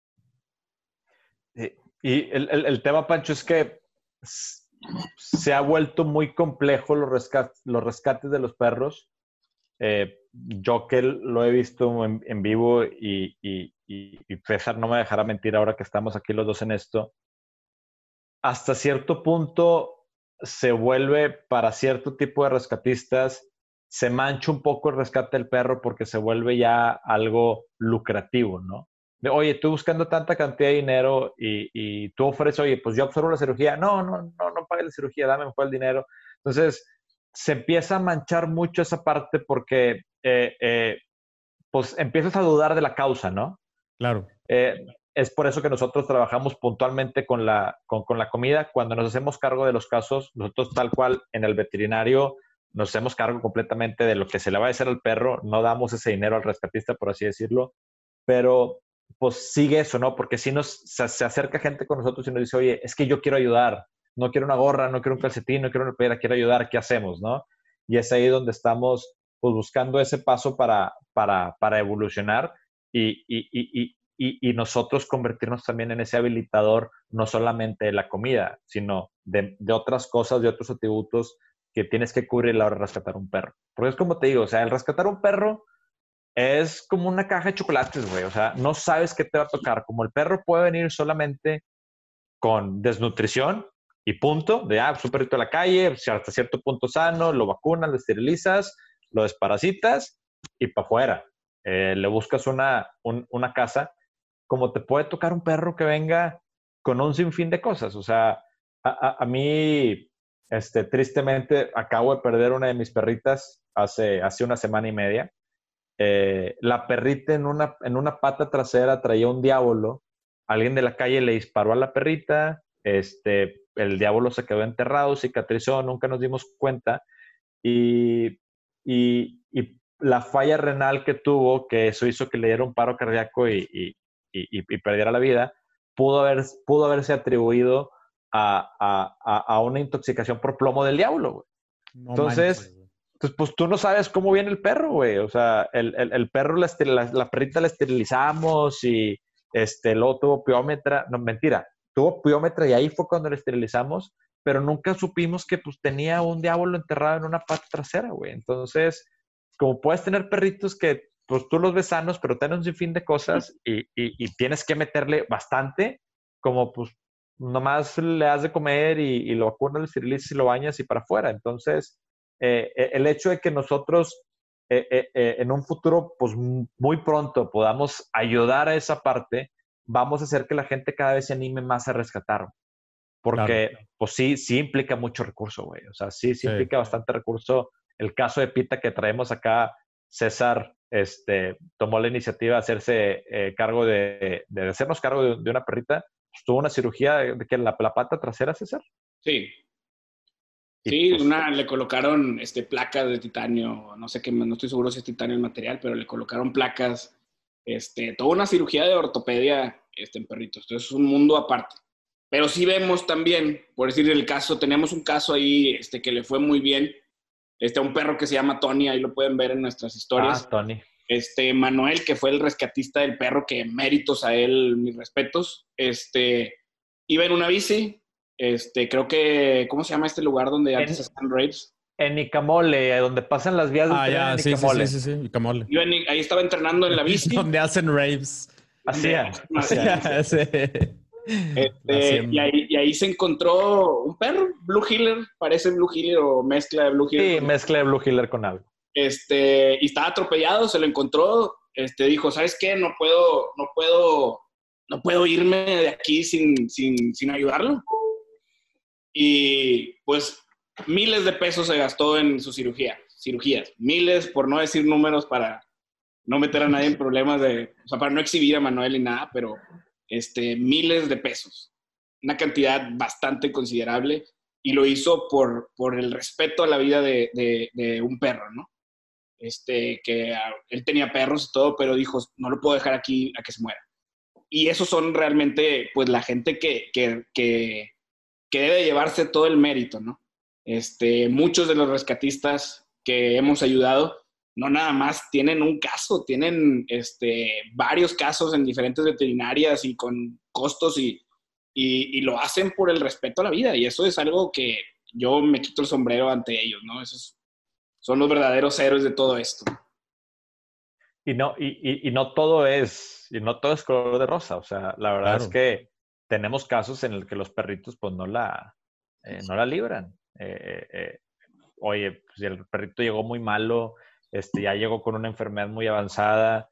Y el tema, Pancho, es que se ha vuelto muy complejo los rescates de los perros. Yo que lo he visto en vivo y César no me dejará mentir ahora que estamos aquí los dos en esto, hasta cierto punto se vuelve para cierto tipo de rescatistas, se mancha un poco el rescate del perro porque se vuelve ya algo lucrativo, ¿no? Oye, estoy buscando tanta cantidad de dinero y tú ofreces, oye, pues yo absorbo la cirugía. No, no, no, no pagues la cirugía, dame mejor el dinero. Entonces, se empieza a manchar mucho esa parte porque pues empiezas a dudar de la causa, ¿no? Claro. Es por eso que nosotros trabajamos puntualmente con la comida. Cuando nos hacemos cargo de los casos, nosotros tal cual en el veterinario nos hacemos cargo completamente de lo que se le va a hacer al perro, no damos ese dinero al rescatista, por así decirlo, pero pues sigue eso, ¿no? Porque si se acerca gente con nosotros y nos dice, oye, es que yo quiero ayudar, no quiero una gorra, no quiero un calcetín, no quiero una playera, quiero ayudar, ¿qué hacemos, no? Y es ahí donde estamos pues buscando ese paso para evolucionar y nosotros convertirnos también en ese habilitador, no solamente de la comida, sino de otras cosas, de otros atributos que tienes que cubrir a la hora de rescatar un perro. Porque es como te digo, o sea, el rescatar un perro es como una caja de chocolates, güey. O sea, no sabes qué te va a tocar. Como el perro puede venir solamente con desnutrición y punto, su perrito de la calle, hasta cierto punto sano, lo vacunas, lo esterilizas, lo desparasitas y para afuera. Le buscas una casa, como te puede tocar un perro que venga con un sinfín de cosas. O sea, a mí, tristemente, acabo de perder una de mis perritas hace una semana y media. La perrita en una pata trasera traía un diablo. Alguien de la calle le disparó a la perrita. el diablo se quedó enterrado, cicatrizó, nunca nos dimos cuenta. Y, y la falla renal que tuvo, que eso hizo que le diera un paro cardíaco y perdiera la vida, pudo haberse atribuido a una intoxicación por plomo del diablo, güey. No Entonces, manches. pues tú no sabes cómo viene el perro, güey. O sea, el perro, la perrita la esterilizamos y luego tuvo piómetra. No, mentira. Tuvo piómetra y ahí fue cuando la esterilizamos, pero nunca supimos que pues tenía un diablo enterrado en una pata trasera, güey. Entonces, como puedes tener perritos que pues tú los ves sanos, pero tienen un sinfín de cosas y tienes que meterle bastante, como pues nomás le das de comer y lo vacunas, lo esterilizas y lo bañas y para afuera. Entonces, el hecho de que nosotros en un futuro, pues muy pronto podamos ayudar a esa parte, vamos a hacer que la gente cada vez se anime más a rescatarlo. Porque, Claro. pues sí implica mucho recurso, güey. O sea, sí Sí. implica bastante recurso. El caso de Pita que traemos acá, César tomó la iniciativa de hacerse cargo de hacernos cargo de una perrita. Pues, tuvo una cirugía de que la pata trasera, César. Sí, Y sí, pues le colocaron placas de titanio, no sé qué, no estoy seguro si es titanio el material, pero le colocaron placas, toda una cirugía de ortopedia en perritos. Entonces es un mundo aparte. Pero sí vemos también, por decir el caso, tenemos un caso ahí que le fue muy bien, a un perro que se llama Tony, ahí lo pueden ver en nuestras historias. Tony. Manuel, que fue el rescatista del perro, que méritos a él, mis respetos, iba en una bici, creo que, ¿cómo se llama este lugar donde antes hacían raves? En Icamole, donde pasan las vías del tren Ya, en sí, sí, sí, Icamole. sí, sí, y camole. Ahí estaba entrenando en la bici. Donde hacen raves. Hacían. Sí. Haciendo. Y ahí se encontró un perro, Blue Heeler, parece Blue Heeler o mezcla de Blue Heeler. Sí, mezcla de Blue Heeler con algo. Y estaba atropellado, se lo encontró, dijo, ¿sabes qué? No puedo irme de aquí sin ayudarlo. Y pues miles de pesos se gastó en su cirugías, miles, por no decir números para no meter a nadie en problemas o sea, para no exhibir a Manuel ni nada, pero miles de pesos, una cantidad bastante considerable, y lo hizo por el respeto a la vida de un perro, ¿no? Que él tenía perros y todo, pero dijo, no lo puedo dejar aquí a que se muera. Y esos son realmente, pues, la gente que debe llevarse todo el mérito, ¿no? Muchos de los rescatistas que hemos ayudado, no nada más tienen un caso, tienen varios casos en diferentes veterinarias y con costos y lo hacen por el respeto a la vida. Y eso es algo que yo me quito el sombrero ante ellos, ¿no? Son los verdaderos héroes de todo esto. Y no todo es color de rosa. O sea, la verdad es que tenemos casos en el que los perritos pues no la libran. Oye, pues, si el perrito llegó muy malo, ya llegó con una enfermedad muy avanzada,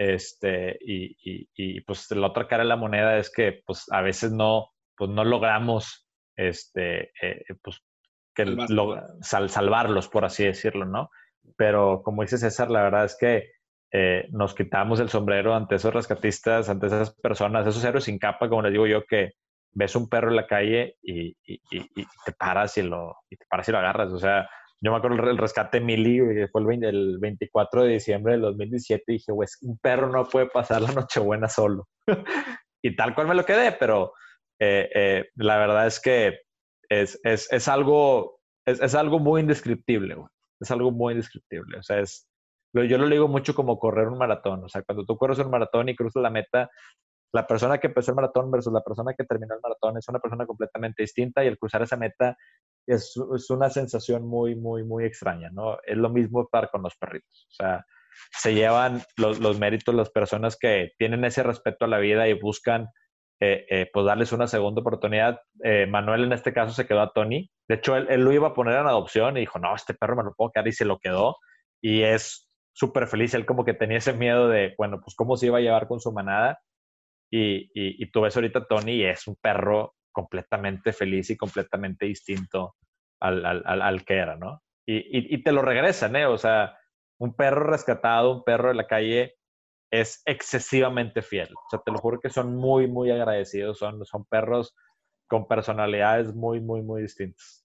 y pues la otra cara de la moneda es que pues a veces no logramos pues salvarlos, por así decirlo, ¿no? Pero como dice César, la verdad es que nos quitamos el sombrero ante esos rescatistas, ante esas personas, esos héroes sin capa, como les digo yo, que ves un perro en la calle y te paras y lo agarras. O sea, yo me acuerdo el rescate de Mili, que fue el 24 de diciembre del 2017, y dije, güey, un perro no puede pasar la Nochebuena solo. Y tal cual me lo quedé, pero la verdad es que es algo muy indescriptible, güey. Es algo muy indescriptible. O sea, yo lo digo mucho como correr un maratón. O sea, cuando tú corres un maratón y cruzas la meta, la persona que empezó el maratón versus la persona que terminó el maratón es una persona completamente distinta, y el cruzar esa meta es una sensación muy, muy, muy extraña, ¿no? Es lo mismo con los perritos. O sea, se llevan los méritos las personas que tienen ese respeto a la vida y buscan pues darles una segunda oportunidad. Manuel en este caso se quedó a Tony. De hecho, él lo iba a poner en adopción y dijo, no, este perro me lo puedo quedar, y se lo quedó. Y es súper feliz. Él como que tenía ese miedo de, bueno, pues cómo se iba a llevar con su manada. Y tú ves ahorita a Tony y es un perro completamente feliz y completamente distinto al que era, ¿no? Y te lo regresan, ¿eh? O sea, un perro rescatado, un perro de la calle es excesivamente fiel. O sea, te lo juro que son muy, muy agradecidos. Son perros con personalidades muy, muy, muy distintas.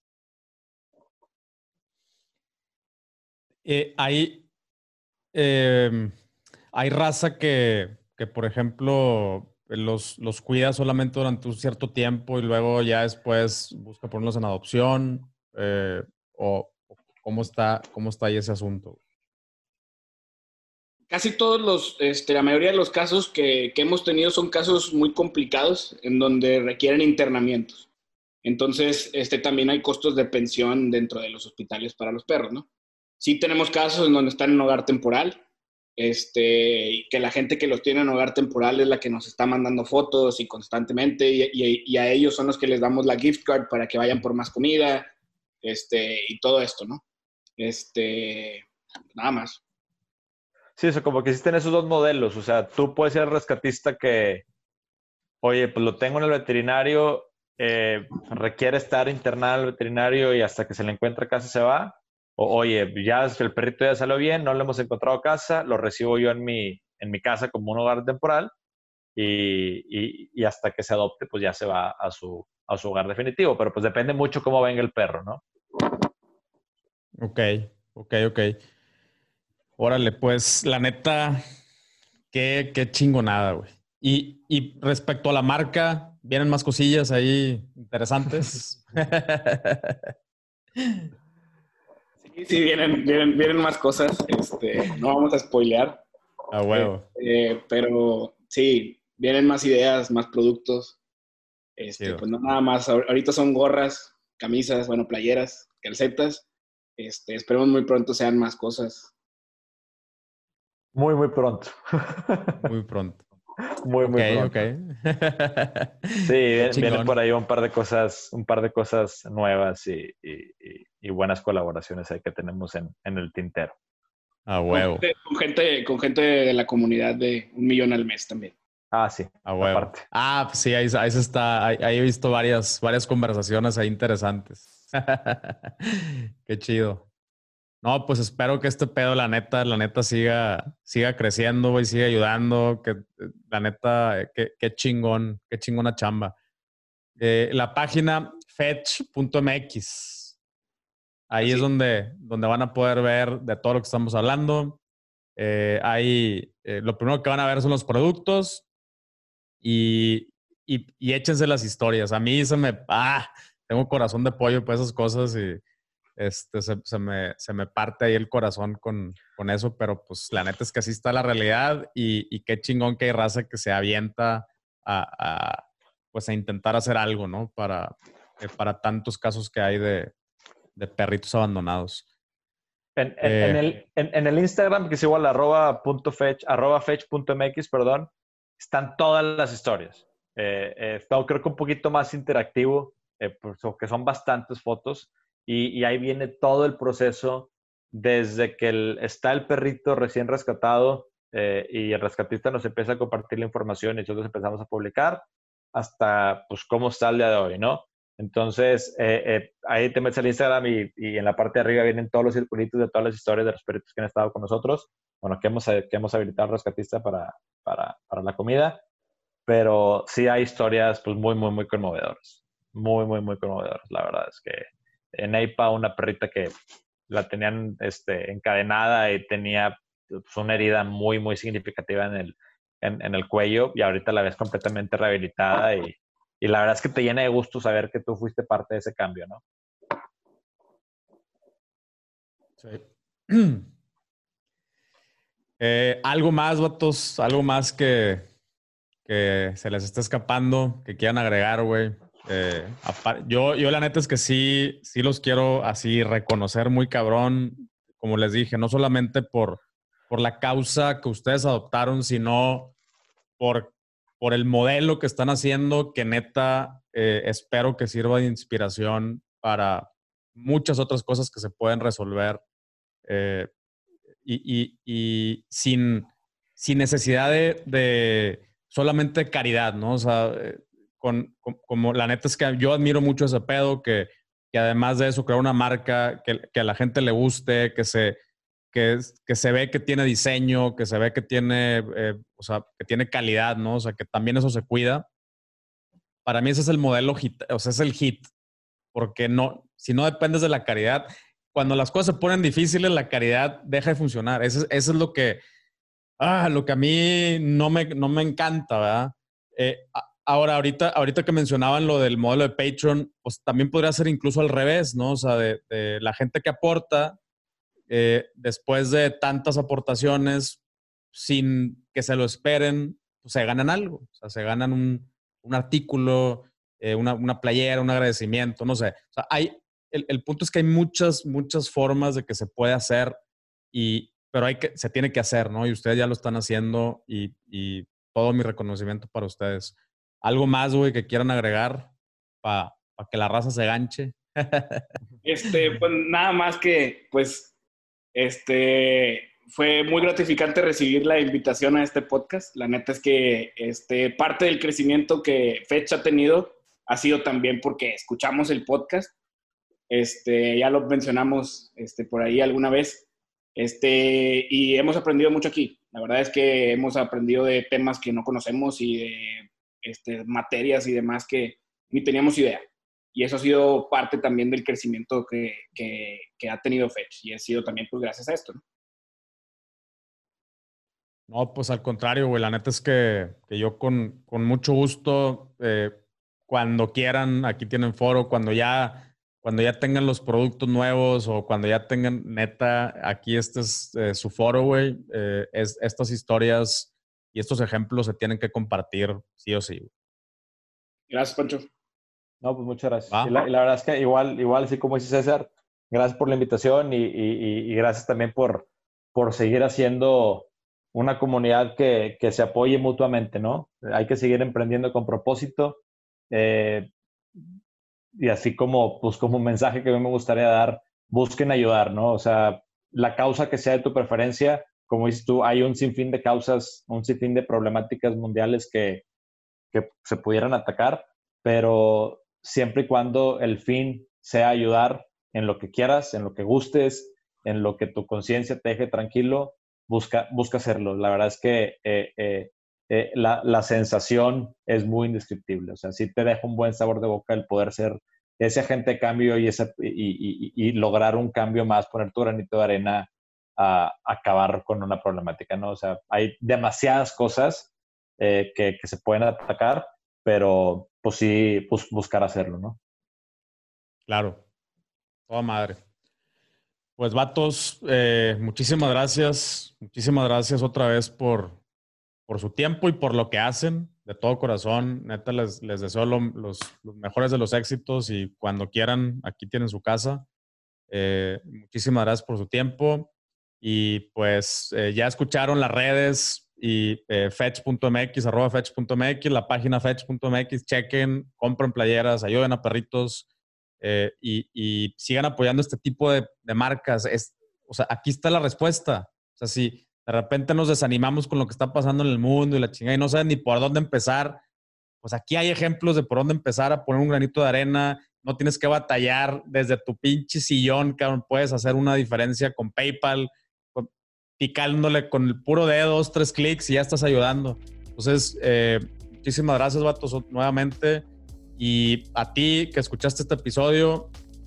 Hay, hay raza que, por ejemplo, los cuida solamente durante un cierto tiempo y luego ya después busca ponerlos en adopción. O cómo está ahí ese asunto. Casi todos la mayoría de los casos que hemos tenido son casos muy complicados en donde requieren internamientos. Entonces, también hay costos de pensión dentro de los hospitales para los perros, ¿no? Sí tenemos casos en donde están en hogar temporal, y que la gente que los tiene en hogar temporal es la que nos está mandando fotos y constantemente, y a ellos son los que les damos la gift card para que vayan por más comida, y todo esto, ¿no? Nada más. Sí, eso como que existen esos dos modelos. O sea, tú puedes ser el rescatista que, oye, pues lo tengo en el veterinario, requiere estar internado en el veterinario y hasta que se le encuentra casa se va. O, oye, ya el perrito ya salió bien, no le hemos encontrado casa, lo recibo yo en mi casa como un hogar temporal y hasta que se adopte, pues ya se va a su hogar definitivo. Pero pues depende mucho cómo venga el perro, ¿no? Ok. Órale, pues la neta, qué chingonada, güey. Y respecto a la marca, ¿vienen más cosillas ahí interesantes? Sí, vienen más cosas. No vamos a spoilear. A huevo. Pero sí, vienen más ideas, más productos. Chido. Pues no nada más. Ahorita son gorras, camisas, bueno, playeras, calcetas. Esperemos muy pronto sean más cosas. Muy, muy pronto. Muy pronto. Muy, muy pronto. Ok. Sí, vienen por ahí un par de cosas nuevas y buenas colaboraciones ahí que tenemos en el tintero. A huevo. Con gente de la comunidad de 1 millón al mes también. Ah, sí. A huevo. Aparte. Ah, pues sí, ahí se está. Ahí he visto varias conversaciones ahí interesantes. Qué chido. No, pues espero que este pedo, la neta, siga creciendo, güey, siga ayudando. Que la neta, qué chingona chamba. La página fetch.mx. Ahí Así. es donde van a poder ver de todo lo que estamos hablando. Lo primero que van a ver son los productos y échense las historias. A mí tengo corazón de pollo por esas cosas y se me parte ahí el corazón con eso, pero pues la neta es que así está la realidad y qué chingón que hay raza que se avienta pues a intentar hacer algo, ¿no? Para tantos casos que hay de perritos abandonados. En el Instagram, que es igual @fetch.mx, perdón, están todas las historias. Está, creo que un poquito más interactivo, porque son bastantes fotos y ahí viene todo el proceso desde que está el perrito recién rescatado y el rescatista nos empieza a compartir la información y nosotros empezamos a publicar hasta pues cómo está el día de hoy, ¿no? Entonces, ahí te metes al Instagram y en la parte de arriba vienen todos los circulitos de todas las historias de los perritos que han estado con nosotros, bueno, que hemos habilitado al rescatista para la comida, pero sí hay historias pues muy, muy, muy conmovedoras, muy, muy, muy conmovedoras. La verdad es que en Neipa una perrita que la tenían encadenada y tenía pues, una herida muy, muy significativa en el cuello y ahorita la ves completamente rehabilitada y la verdad es que te llena de gusto saber que tú fuiste parte de ese cambio, ¿no? Sí. Algo más, vatos, algo más que se les está escapando, que quieran agregar, güey. Yo la neta es que sí los quiero así reconocer muy cabrón, como les dije, no solamente por la causa que ustedes adoptaron, sino por el modelo que están haciendo, que neta espero que sirva de inspiración para muchas otras cosas que se pueden resolver y sin necesidad de solamente caridad, ¿no? O sea, como la neta es que yo admiro mucho ese pedo, que además de eso, crear una marca que a la gente le guste, que se ve que tiene diseño, que se ve que tiene, o sea, que tiene calidad, ¿no? O sea, que también eso se cuida. para mí ese es el modelo hit, o sea, es el hit. Porque no, si no dependes de la caridad, cuando las cosas se ponen difíciles, la caridad deja de funcionar. Eso es lo que a mí no me encanta, ¿verdad? Ahora, ahorita que mencionaban lo del modelo de Patreon, pues también podría ser incluso al revés, ¿no? O sea, de la gente que aporta, después de tantas aportaciones, sin que se lo esperen, pues se ganan algo. O sea, se ganan un artículo, una playera, un agradecimiento, no sé. O sea, el punto es que hay muchas formas de que se puede hacer, pero se tiene que hacer, ¿no? Y ustedes ya lo están haciendo y todo mi reconocimiento para ustedes. ¿Algo más, güey, que quieran agregar para que la raza se ganche? Pues nada más que, pues, fue muy gratificante recibir la invitación a este podcast. La neta es que parte del crecimiento que Fetch ha tenido ha sido también porque escuchamos el podcast. Ya lo mencionamos por ahí alguna vez. Y hemos aprendido mucho aquí. La verdad es que hemos aprendido de temas que no conocemos y de materias y demás que ni teníamos idea. Y eso ha sido parte también del crecimiento que ha tenido Fetch. Y ha sido también pues gracias a esto, ¿no? No, pues al contrario, güey. La neta es que yo con mucho gusto, cuando quieran, aquí tienen foro, cuando ya tengan los productos nuevos o cuando ya tengan, neta, aquí este es su foro, güey. Estas historias y estos ejemplos se tienen que compartir sí o sí, güey. Gracias, Pancho. No, pues muchas gracias. Y la verdad es que igual, así como dice César, gracias por la invitación y gracias también por seguir haciendo una comunidad que se apoye mutuamente, ¿no? Hay que seguir emprendiendo con propósito. Y así como un mensaje que a mí me gustaría dar, busquen ayudar, ¿no? O sea, la causa que sea de tu preferencia, como dices tú, hay un sinfín de causas, un sinfín de problemáticas mundiales que se pudieran atacar, pero siempre y cuando el fin sea ayudar en lo que quieras, en lo que gustes, en lo que tu conciencia te deje tranquilo, busca hacerlo. La verdad es que la sensación es muy indescriptible. O sea, sí te deja un buen sabor de boca el poder ser ese agente de cambio y lograr un cambio más, poner tu granito de arena a acabar con una problemática, ¿no? O sea, hay demasiadas cosas que se pueden atacar, pero pues sí, pues buscar hacerlo, ¿no? Claro. Toda madre. Pues, vatos, muchísimas gracias. Muchísimas gracias otra vez por su tiempo y por lo que hacen. De todo corazón, neta, les deseo los mejores de los éxitos y cuando quieran, aquí tienen su casa. Muchísimas gracias por su tiempo y pues ya escucharon las redes y fetch.mx, @fetch.mx, la página fetch.mx, chequen, compren playeras, ayuden a perritos y sigan apoyando este tipo de marcas. O sea, aquí está la respuesta. O sea, si de repente nos desanimamos con lo que está pasando en el mundo y la chingada y no saben ni por dónde empezar, pues aquí hay ejemplos de por dónde empezar a poner un granito de arena. No tienes que batallar desde tu pinche sillón, cabrón. Puedes hacer una diferencia con PayPal, picándole con el puro dedo, 2-3 clics y ya estás ayudando. Entonces, muchísimas gracias, vatos, nuevamente. Y a ti que escuchaste este episodio,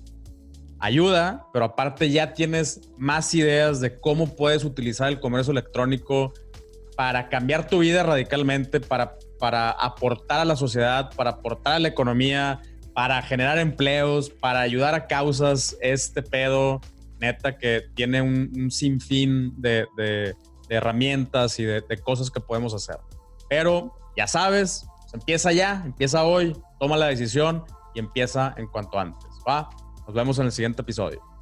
ayuda, pero aparte ya tienes más ideas de cómo puedes utilizar el comercio electrónico para cambiar tu vida radicalmente, para aportar a la sociedad, para aportar a la economía, para generar empleos, para ayudar a causas. Este pedo, neta, que tiene un sinfín de herramientas y de cosas que podemos hacer. Pero ya sabes, empieza ya, empieza hoy, toma la decisión y empieza en cuanto antes, ¿va? Nos vemos en el siguiente episodio.